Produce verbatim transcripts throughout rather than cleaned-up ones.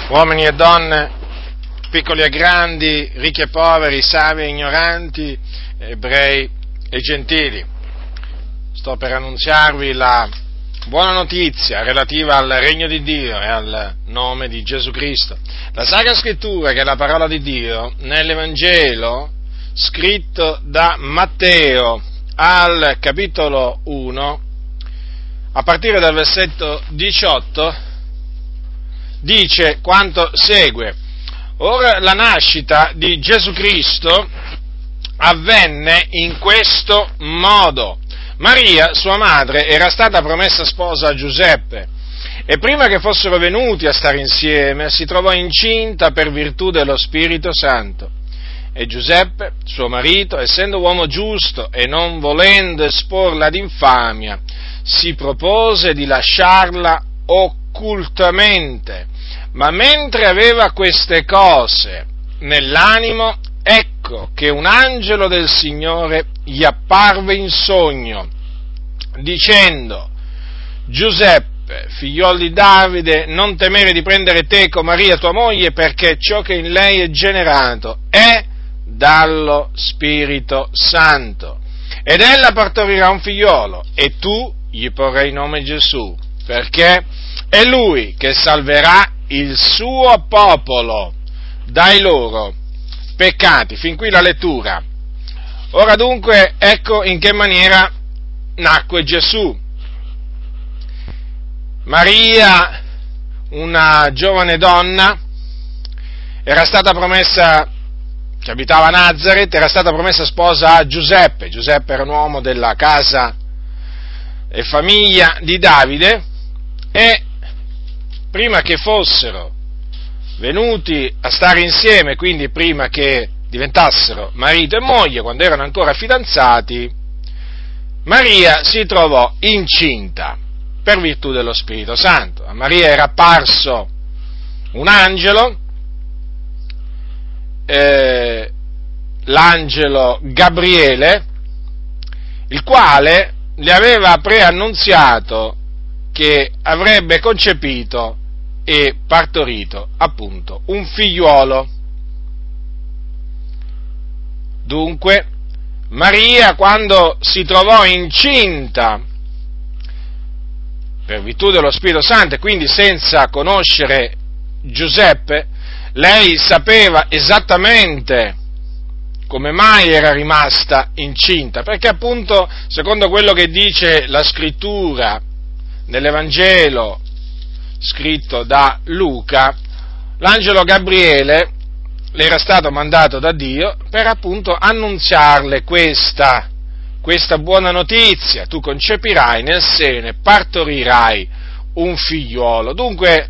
uomini e donne, piccoli e grandi, ricchi e poveri, savi e ignoranti, ebrei e gentili. Sto per annunziarvi la buona notizia relativa al regno di Dio e al nome di Gesù Cristo. La Sacra Scrittura, che è la parola di Dio, nell'Evangelo scritto da Matteo al capitolo uno, a partire dal versetto diciotto, dice quanto segue. Ora la nascita di Gesù Cristo avvenne in questo modo. Maria, sua madre, era stata promessa sposa a Giuseppe e prima che fossero venuti a stare insieme si trovò incinta per virtù dello Spirito Santo. E Giuseppe, suo marito, essendo uomo giusto e non volendo esporla ad infamia, si propose di lasciarla occultamente. Ma mentre aveva queste cose nell'animo, ecco che un angelo del Signore gli apparve in sogno, dicendo: Giuseppe, figliol di Davide, non temere di prendere teco Maria tua moglie, perché ciò che in lei è generato è dallo Spirito Santo. Ed ella partorirà un figliolo, e tu gli porrai nome Gesù, perché è lui che salverà il suo popolo dai loro peccati. Fin qui la lettura. Ora dunque, ecco in che maniera nacque Gesù. Maria, una giovane donna, era stata promessa, che abitava a Nazaret, era stata promessa sposa a Giuseppe. Giuseppe era un uomo della casa e famiglia di Davide, e prima che fossero venuti a stare insieme, quindi prima che diventassero marito e moglie, quando erano ancora fidanzati, Maria si trovò incinta per virtù dello Spirito Santo. A Maria era apparso un angelo, eh, l'angelo Gabriele, il quale le aveva preannunziato che avrebbe concepito e partorito appunto un figliuolo. Dunque, Maria, quando si trovò incinta per virtù dello Spirito Santo, e quindi senza conoscere Giuseppe, lei sapeva esattamente come mai era rimasta incinta, perché appunto, secondo quello che dice la Scrittura nell'Evangelo scritto da Luca, l'angelo Gabriele le era stato mandato da Dio per appunto annunziarle questa, questa buona notizia: tu concepirai nel seno e partorirai un figliuolo. Dunque,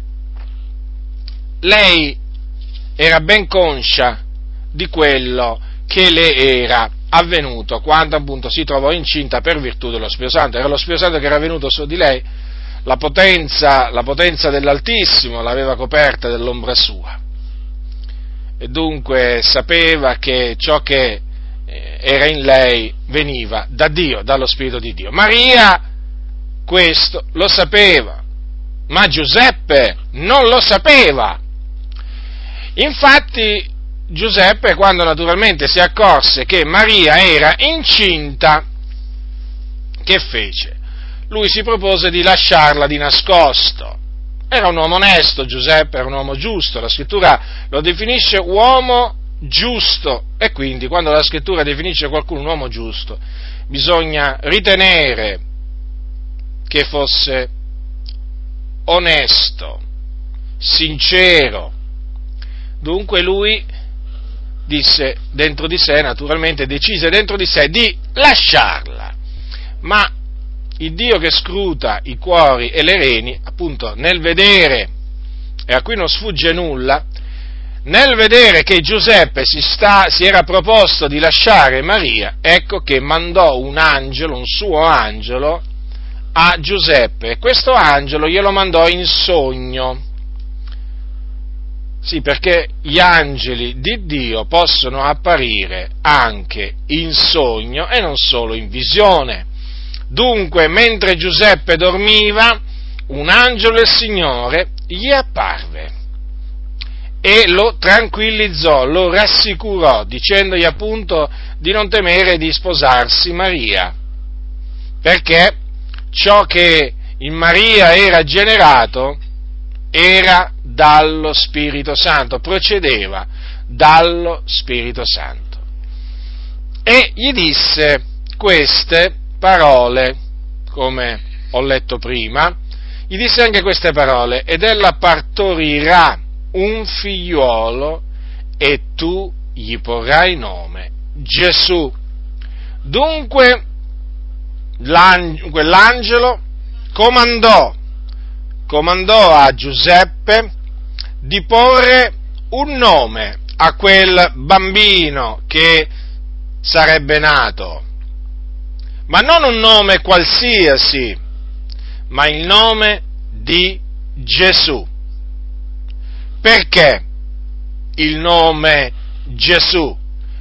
lei era ben conscia di quello che le era avvenuto quando appunto si trovò incinta per virtù dello Spirito Santo. Era lo Spirito Santo che era venuto su di lei, la potenza, la potenza dell'Altissimo l'aveva coperta dell'ombra sua, e dunque sapeva che ciò che era in lei veniva da Dio, dallo Spirito di Dio. Maria questo lo sapeva, ma Giuseppe non lo sapeva. Infatti Giuseppe, quando naturalmente si accorse che Maria era incinta, che fece? Lui si propose di lasciarla di nascosto. Era un uomo onesto, Giuseppe era un uomo giusto, la Scrittura lo definisce uomo giusto, e quindi quando la Scrittura definisce qualcuno un uomo giusto, bisogna ritenere che fosse onesto, sincero. Dunque lui disse dentro di sé, naturalmente decise dentro di sé di lasciarla, ma il Dio che scruta i cuori e le reni, appunto, nel vedere, e a cui non sfugge nulla, nel vedere che Giuseppe si, sta, si era proposto di lasciare Maria, ecco che mandò un angelo, un suo angelo, a Giuseppe, e questo angelo glielo mandò in sogno. Sì, perché gli angeli di Dio possono apparire anche in sogno e non solo in visione. Dunque, mentre Giuseppe dormiva, un angelo del Signore gli apparve e lo tranquillizzò, lo rassicurò, dicendogli appunto di non temere di sposarsi Maria, perché ciò che in Maria era generato era dallo Spirito Santo, procedeva dallo Spirito Santo. E gli disse queste parole, come ho letto prima, gli disse anche queste parole: ed ella partorirà un figliuolo e tu gli porrai nome Gesù. Dunque quell'angelo comandò, comandò a Giuseppe di porre un nome a quel bambino che sarebbe nato, ma non un nome qualsiasi, ma il nome di Gesù. Perché il nome Gesù?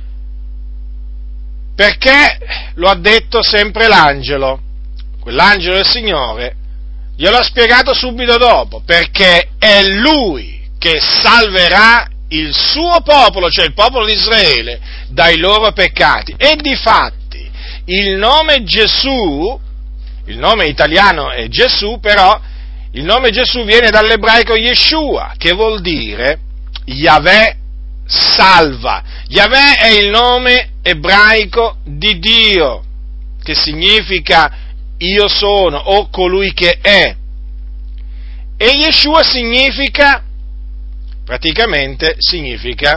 Perché lo ha detto sempre l'angelo, quell'angelo del Signore glielo ha spiegato subito dopo, perché è Lui che salverà il suo popolo, cioè il popolo di Israele, dai loro peccati. E difatti il nome Gesù, il nome italiano è Gesù, però il nome Gesù viene dall'ebraico Yeshua, che vuol dire Yahweh salva. Yahweh è il nome ebraico di Dio, che significa io sono, o colui che è. E Yeshua significa, praticamente significa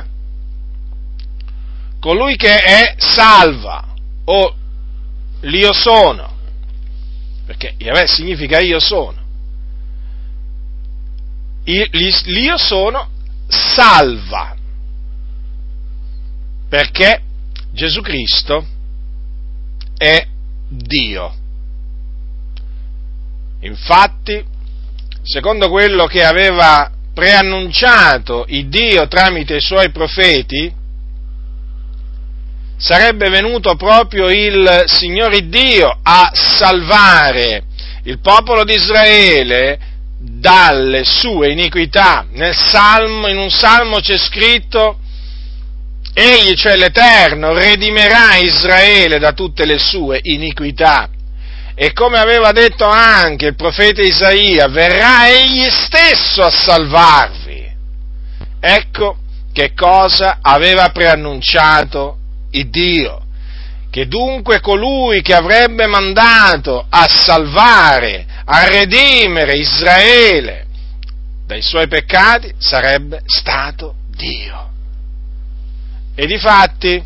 colui che è salva, o l'io sono, perché Yahweh significa io sono. L'io sono salva, perché Gesù Cristo è Dio. Infatti, secondo quello che aveva preannunciato il Dio tramite i suoi profeti, sarebbe venuto proprio il Signore Dio a salvare il popolo di Israele dalle sue iniquità. Nel Salmo, in un Salmo c'è scritto: Egli, cioè l'Eterno, redimerà Israele da tutte le sue iniquità. E come aveva detto anche il profeta Isaia, verrà Egli stesso a salvarvi. Ecco che cosa aveva preannunciato il Dio, che dunque colui che avrebbe mandato a salvare, a redimere Israele dai suoi peccati sarebbe stato Dio. E difatti,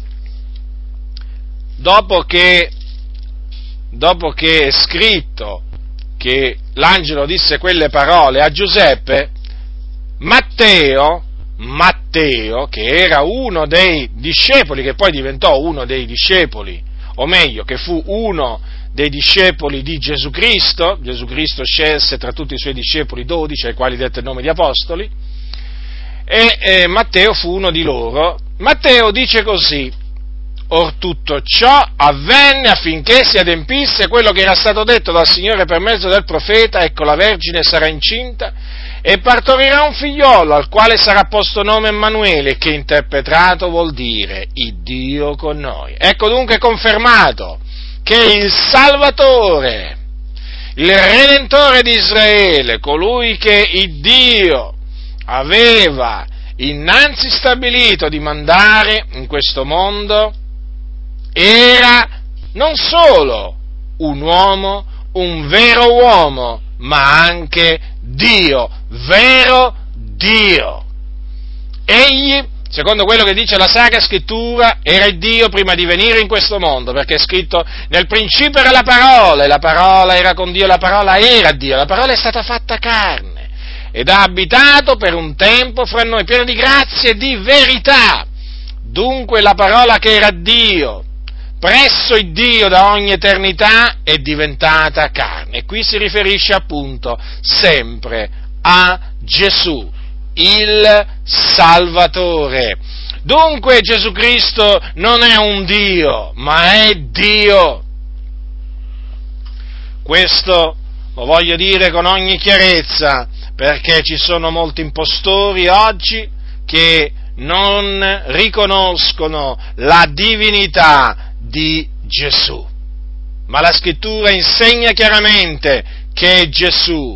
dopo che, dopo che è scritto che l'angelo disse quelle parole a Giuseppe, Matteo, Matteo, che era uno dei discepoli, che poi diventò uno dei discepoli, o meglio, che fu uno dei discepoli di Gesù Cristo, Gesù Cristo scelse tra tutti i suoi discepoli dodici, ai quali dette il nome di apostoli, e eh, Matteo fu uno di loro. Matteo dice così: or tutto ciò avvenne affinché si adempisse quello che era stato detto dal Signore per mezzo del profeta: ecco, la Vergine sarà incinta e partorirà un figliolo, al quale sarà posto nome Emmanuele, che interpretato vuol dire il Dio con noi. Ecco dunque confermato che il Salvatore, il Redentore di Israele, colui che il Dio aveva innanzi stabilito di mandare in questo mondo, era non solo un uomo, un vero uomo, ma anche Dio, vero Dio. Egli, secondo quello che dice la Sacra Scrittura, era il Dio prima di venire in questo mondo, perché è scritto: nel principio era la parola, e la parola era con Dio, la parola era Dio, la parola è stata fatta carne ed ha abitato per un tempo fra noi, pieno di grazia e di verità. Dunque la parola che era Dio, presso il Dio da ogni eternità, è diventata carne. E qui si riferisce appunto sempre a Gesù, il Salvatore. Dunque Gesù Cristo non è un Dio, ma è Dio. Questo lo voglio dire con ogni chiarezza, perché ci sono molti impostori oggi che non riconoscono la divinità di Gesù. Ma la Scrittura insegna chiaramente che Gesù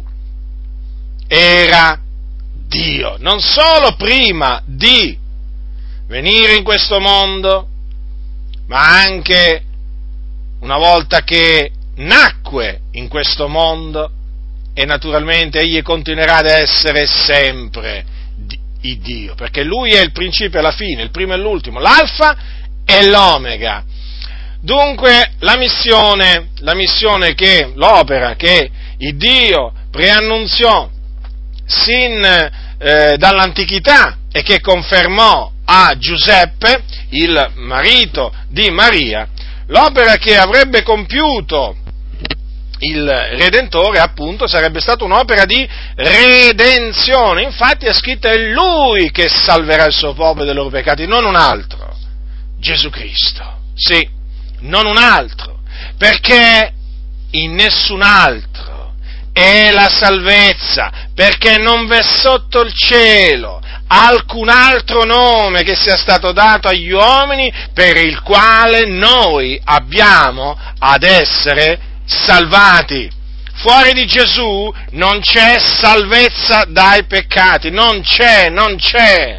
era Dio, non solo prima di venire in questo mondo, ma anche una volta che nacque in questo mondo, e naturalmente egli continuerà ad essere sempre il Dio, perché lui è il principio e la fine, il primo e l'ultimo, l'alfa e l'omega. Dunque la missione, la missione che, l'opera che il Dio preannunziò sin eh, dall'antichità e che confermò a Giuseppe, il marito di Maria, l'opera che avrebbe compiuto il Redentore, appunto, sarebbe stata un'opera di redenzione. Infatti è scritto: è Lui che salverà il suo popolo dai loro peccati, non un altro, Gesù Cristo, sì, non un altro, perché in nessun altro è la salvezza, perché non v'è sotto il cielo alcun altro nome che sia stato dato agli uomini per il quale noi abbiamo ad essere salvati. Fuori di Gesù non c'è salvezza dai peccati, non c'è, non c'è.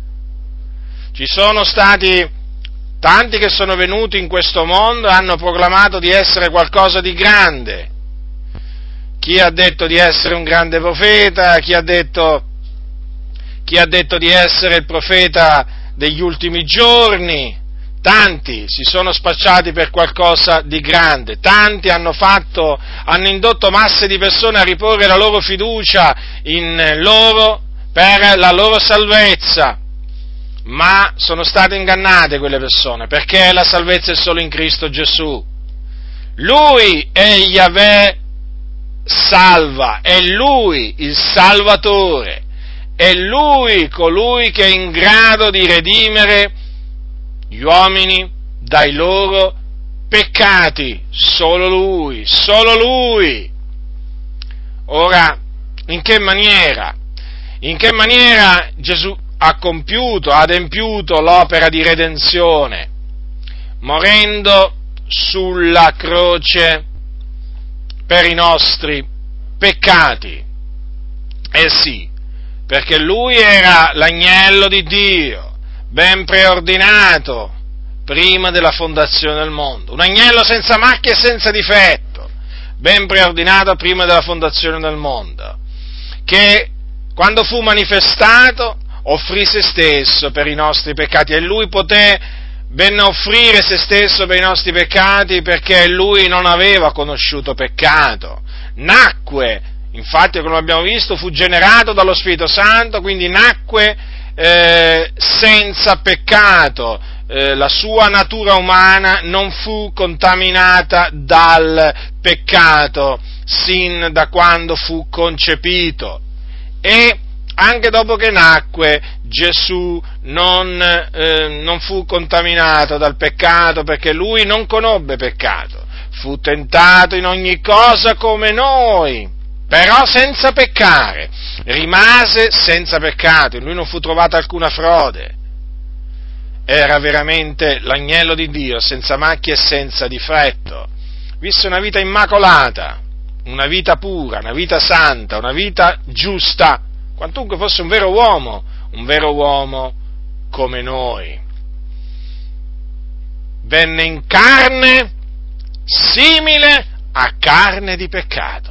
Ci sono stati tanti che sono venuti in questo mondo e hanno proclamato di essere qualcosa di grande. Chi ha detto di essere un grande profeta, chi ha detto, chi ha detto di essere il profeta degli ultimi giorni. Tanti si sono spacciati per qualcosa di grande, tanti hanno fatto, hanno indotto masse di persone a riporre la loro fiducia in loro per la loro salvezza, ma sono state ingannate quelle persone, perché la salvezza è solo in Cristo Gesù. Lui è Yahweh salva, è Lui il Salvatore, è Lui colui che è in grado di redimere gli uomini dai loro peccati, solo Lui, solo Lui. Ora, in che maniera? In che maniera Gesù ha compiuto, ha adempiuto l'opera di redenzione? Morendo sulla croce per i nostri peccati. Eh sì, perché Lui era l'agnello di Dio, ben preordinato prima della fondazione del mondo, un agnello senza macchia e senza difetto, ben preordinato prima della fondazione del mondo, che quando fu manifestato offrì se stesso per i nostri peccati, e Lui poté ben offrire se stesso per i nostri peccati perché Lui non aveva conosciuto peccato, nacque, infatti come abbiamo visto fu generato dallo Spirito Santo, quindi nacque Eh, senza peccato, eh, la sua natura umana non fu contaminata dal peccato sin da quando fu concepito, e anche dopo che nacque Gesù non, eh, non fu contaminato dal peccato, perché Lui non conobbe peccato, fu tentato in ogni cosa come noi, però senza peccare, rimase senza peccato, in Lui non fu trovata alcuna frode, era veramente l'agnello di Dio, senza macchia e senza difetto, visse una vita immacolata, una vita pura, una vita santa, una vita giusta, quantunque fosse un vero uomo, un vero uomo come noi. Venne in carne simile a carne di peccato.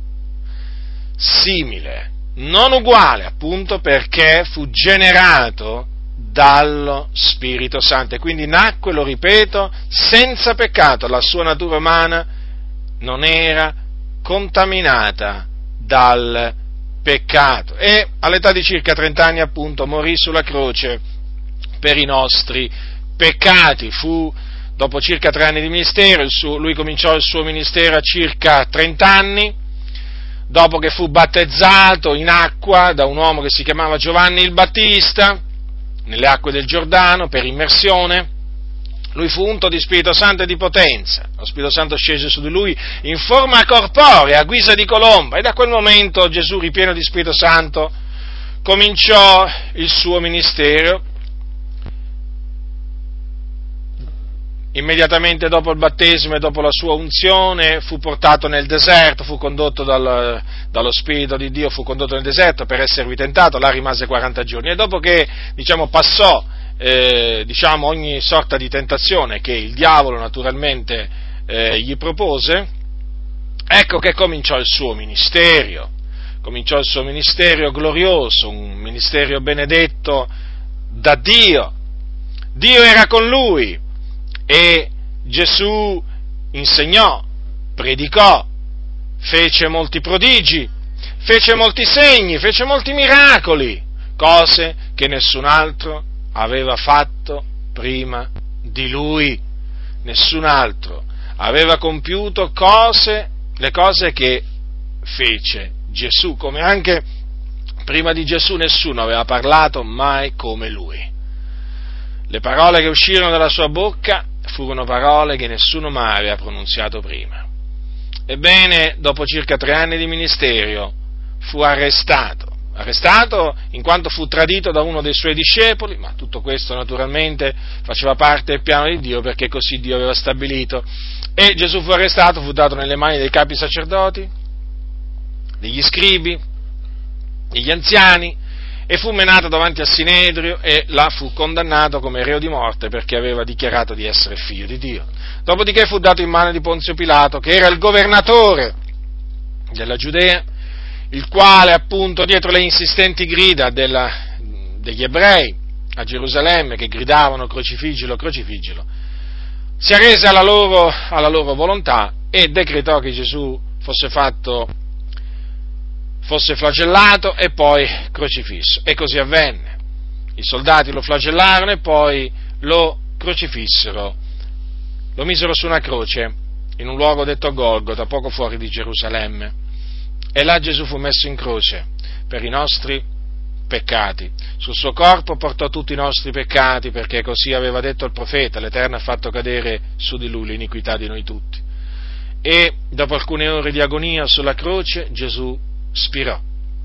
Simile, non uguale, appunto perché fu generato dallo Spirito Santo e quindi nacque, lo ripeto, senza peccato, la sua natura umana non era contaminata dal peccato e all'età di circa trenta anni appunto morì sulla croce per i nostri peccati. Fu dopo circa tre anni di ministero, il suo, lui cominciò il suo ministero a circa trenta anni, dopo che fu battezzato in acqua da un uomo che si chiamava Giovanni il Battista, nelle acque del Giordano, per immersione. Lui fu unto di Spirito Santo e di potenza, lo Spirito Santo scese su di lui in forma corporea, a guisa di colomba, e da quel momento Gesù, ripieno di Spirito Santo, cominciò il suo ministero. Immediatamente dopo il battesimo e dopo la sua unzione fu portato nel deserto, fu condotto dal, dallo Spirito di Dio, fu condotto nel deserto per esservi tentato, là rimase quaranta giorni e dopo che, diciamo, passò eh, diciamo, ogni sorta di tentazione che il diavolo naturalmente eh, gli propose, ecco che cominciò il suo ministero, cominciò il suo ministero glorioso, un ministero benedetto da Dio. Dio era con lui. E Gesù insegnò, predicò, fece molti prodigi, fece molti segni, fece molti miracoli, cose che nessun altro aveva fatto prima di lui. Nessun altro aveva compiuto cose, le cose che fece Gesù, come anche prima di Gesù nessuno aveva parlato mai come lui. Le parole che uscirono dalla sua bocca furono parole che nessuno mai aveva pronunziato prima. Ebbene, dopo circa tre anni di ministero, fu arrestato, arrestato in quanto fu tradito da uno dei suoi discepoli, ma tutto questo naturalmente faceva parte del piano di Dio, perché così Dio aveva stabilito. E Gesù fu arrestato, fu dato nelle mani dei capi sacerdoti, degli scribi, degli anziani, e fu menato davanti al Sinedrio e là fu condannato come reo di morte perché aveva dichiarato di essere figlio di Dio. Dopodiché fu dato in mano di Ponzio Pilato, che era il governatore della Giudea, il quale appunto dietro le insistenti grida della, degli ebrei a Gerusalemme che gridavano crocifiggilo, crocifiggilo, si arrese alla loro, alla loro volontà e decretò che Gesù fosse fatto fosse flagellato e poi crocifisso. E così avvenne. I soldati lo flagellarono e poi lo crocifissero, lo misero su una croce in un luogo detto Golgota, poco fuori di Gerusalemme. E là Gesù fu messo in croce per i nostri peccati. Sul suo corpo portò tutti i nostri peccati, perché così aveva detto il profeta: l'Eterno ha fatto cadere su di lui l'iniquità di noi tutti. E dopo alcune ore di agonia sulla croce Gesù spirò,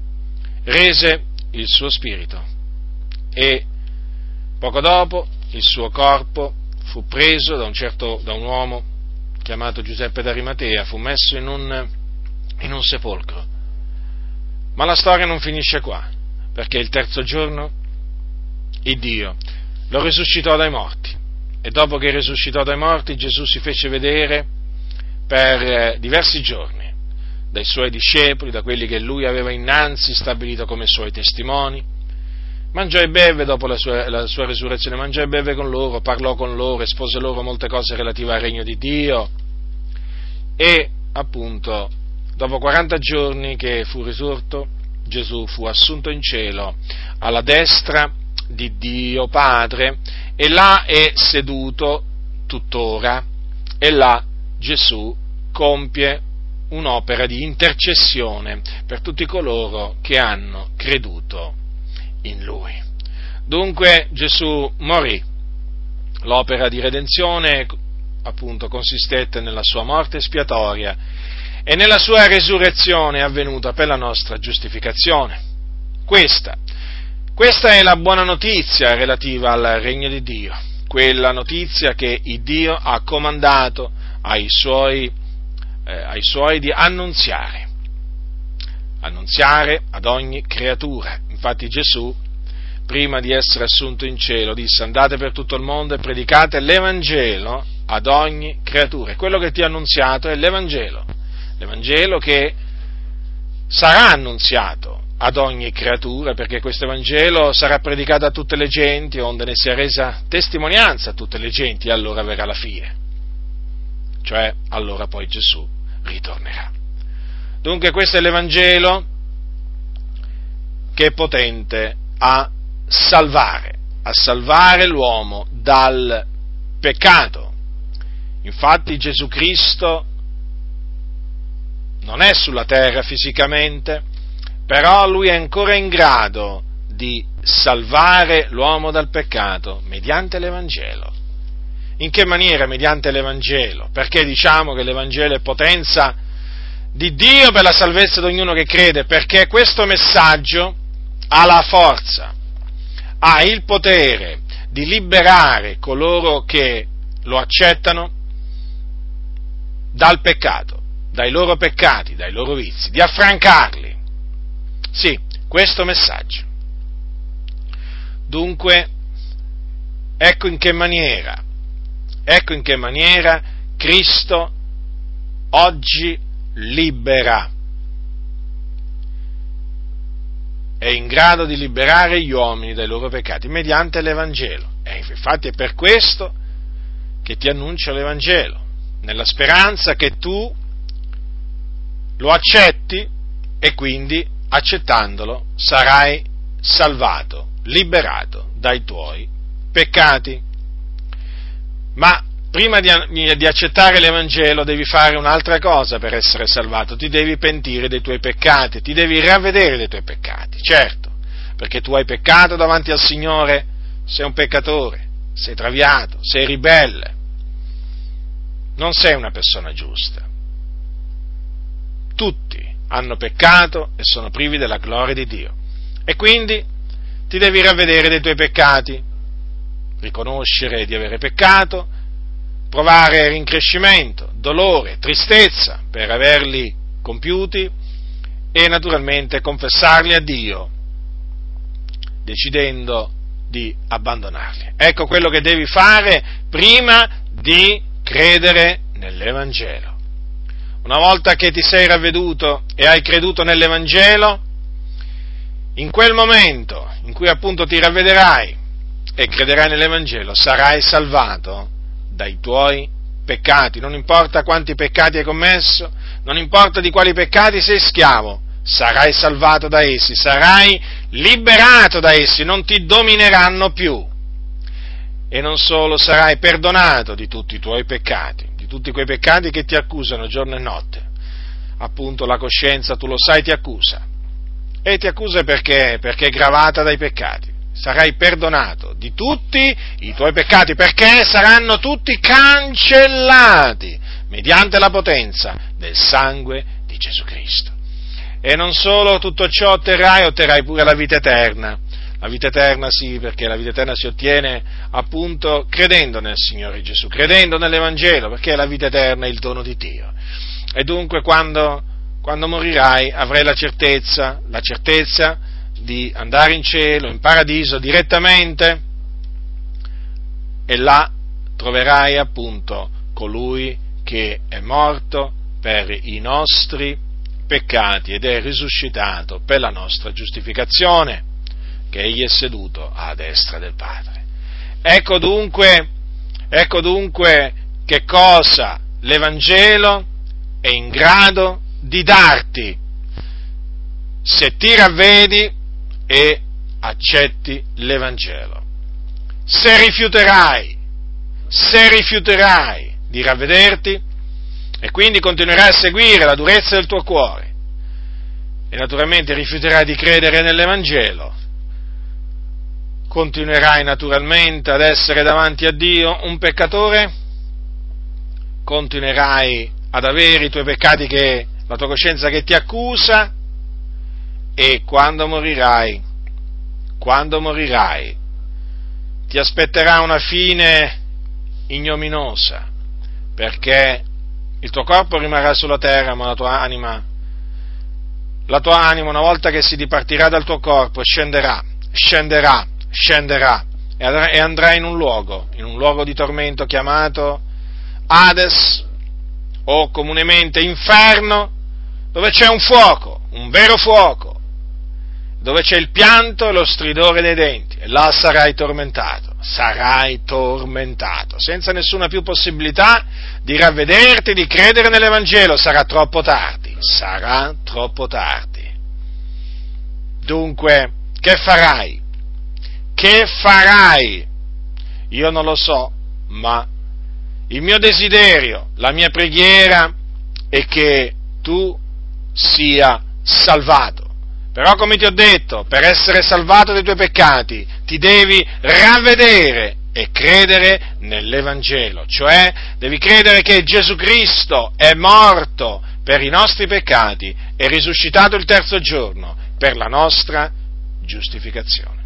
rese il suo spirito e poco dopo il suo corpo fu preso da un certo da un uomo chiamato Giuseppe d'Arimatea, fu messo in un, in un sepolcro. Ma la storia non finisce qua, perché il terzo giorno il Dio lo risuscitò dai morti, e dopo che risuscitò dai morti Gesù si fece vedere per diversi giorni dai suoi discepoli, da quelli che lui aveva innanzi stabilito come suoi testimoni. Mangiò e beve dopo la sua, la sua risurrezione, mangiò e beve con loro, parlò con loro, espose loro molte cose relative al regno di Dio, e appunto dopo quaranta giorni che fu risorto, Gesù fu assunto in cielo alla destra di Dio Padre, e là è seduto tuttora, e là Gesù compie un'opera di intercessione per tutti coloro che hanno creduto in Lui. Dunque Gesù morì, l'opera di redenzione appunto consistette nella sua morte espiatoria e nella sua resurrezione avvenuta per la nostra giustificazione. Questa, questa è la buona notizia relativa al regno di Dio, quella notizia che il Dio ha comandato ai suoi Eh, ai suoi di annunziare, annunziare ad ogni creatura. Infatti Gesù, prima di essere assunto in cielo, disse: andate per tutto il mondo e predicate l'Evangelo ad ogni creatura. E quello che ti ha annunziato è l'Evangelo, l'Evangelo che sarà annunziato ad ogni creatura, perché questo Evangelo sarà predicato a tutte le genti, onde ne sia resa testimonianza a tutte le genti, e allora verrà la fine, cioè allora poi Gesù ritornerà. Dunque questo è l'Evangelo che è potente a salvare, a salvare l'uomo dal peccato. Infatti Gesù Cristo non è sulla terra fisicamente, però Lui è ancora in grado di salvare l'uomo dal peccato mediante l'Evangelo. In che maniera? Mediante l'Evangelo. Perché diciamo che l'Evangelo è potenza di Dio per la salvezza di ognuno che crede? Perché questo messaggio ha la forza, ha il potere di liberare coloro che lo accettano dal peccato, dai loro peccati, dai loro vizi, di affrancarli. Sì, questo messaggio. Dunque, ecco in che maniera, ecco in che maniera Cristo oggi libera, è in grado di liberare gli uomini dai loro peccati mediante l'Evangelo. E infatti è per questo che ti annuncio l'Evangelo, nella speranza che tu lo accetti e quindi, accettandolo, sarai salvato, liberato dai tuoi peccati. Ma prima di, di accettare l'Evangelo devi fare un'altra cosa per essere salvato: ti devi pentire dei tuoi peccati, ti devi ravvedere dei tuoi peccati, certo, perché tu hai peccato davanti al Signore, sei un peccatore, sei traviato, sei ribelle, non sei una persona giusta. Tutti hanno peccato e sono privi della gloria di Dio, e quindi ti devi ravvedere dei tuoi peccati, riconoscere di avere peccato, provare rincrescimento, dolore, tristezza per averli compiuti e naturalmente confessarli a Dio, decidendo di abbandonarli. Ecco quello che devi fare prima di credere nell'Evangelo. Una volta che ti sei ravveduto e hai creduto nell'Evangelo, in quel momento in cui appunto ti ravvederai e crederai nell'Evangelo, sarai salvato dai tuoi peccati. Non importa quanti peccati hai commesso, non importa di quali peccati sei schiavo, sarai salvato da essi, sarai liberato da essi, non ti domineranno più. E non solo, sarai perdonato di tutti i tuoi peccati, di tutti quei peccati che ti accusano giorno e notte. Appunto la coscienza, tu lo sai, ti accusa. E ti accusa perché? Perché è gravata dai peccati. Sarai perdonato di tutti i tuoi peccati, perché saranno tutti cancellati mediante la potenza del sangue di Gesù Cristo. E non solo, tutto ciò otterrai, otterrai pure la vita eterna. La vita eterna sì, perché la vita eterna si ottiene appunto credendo nel Signore Gesù, credendo nell'Evangelo, perché la vita eterna è il dono di Dio. E dunque quando, quando morirai avrai la certezza, la certezza di andare in cielo, in paradiso direttamente, e là troverai appunto colui che è morto per i nostri peccati ed è risuscitato per la nostra giustificazione, che egli è seduto a destra del Padre. Ecco dunque, ecco dunque che cosa l'Evangelo è in grado di darti, se ti ravvedi e accetti l'Evangelo. Se rifiuterai, se rifiuterai di ravvederti e quindi continuerai a seguire la durezza del tuo cuore e naturalmente rifiuterai di credere nell'Evangelo, continuerai naturalmente ad essere davanti a Dio un peccatore, continuerai ad avere i tuoi peccati, che la tua coscienza che ti accusa, e quando morirai, quando morirai, ti aspetterà una fine ignominiosa, perché il tuo corpo rimarrà sulla terra, ma la tua anima, la tua anima, una volta che si dipartirà dal tuo corpo, scenderà, scenderà, scenderà e andrà in un luogo, in un luogo di tormento chiamato Hades, o comunemente inferno, dove c'è un fuoco, un vero fuoco, dove c'è il pianto e lo stridore dei denti, e là sarai tormentato, sarai tormentato, senza nessuna più possibilità di ravvederti, di credere nell'Evangelo. Sarà troppo tardi, sarà troppo tardi. Dunque, che farai? Che farai? Io non lo so, ma il mio desiderio, la mia preghiera è che tu sia salvato. Però, come ti ho detto, per essere salvato dai tuoi peccati ti devi ravvedere e credere nell'Evangelo, cioè devi credere che Gesù Cristo è morto per i nostri peccati e risuscitato il terzo giorno per la nostra giustificazione.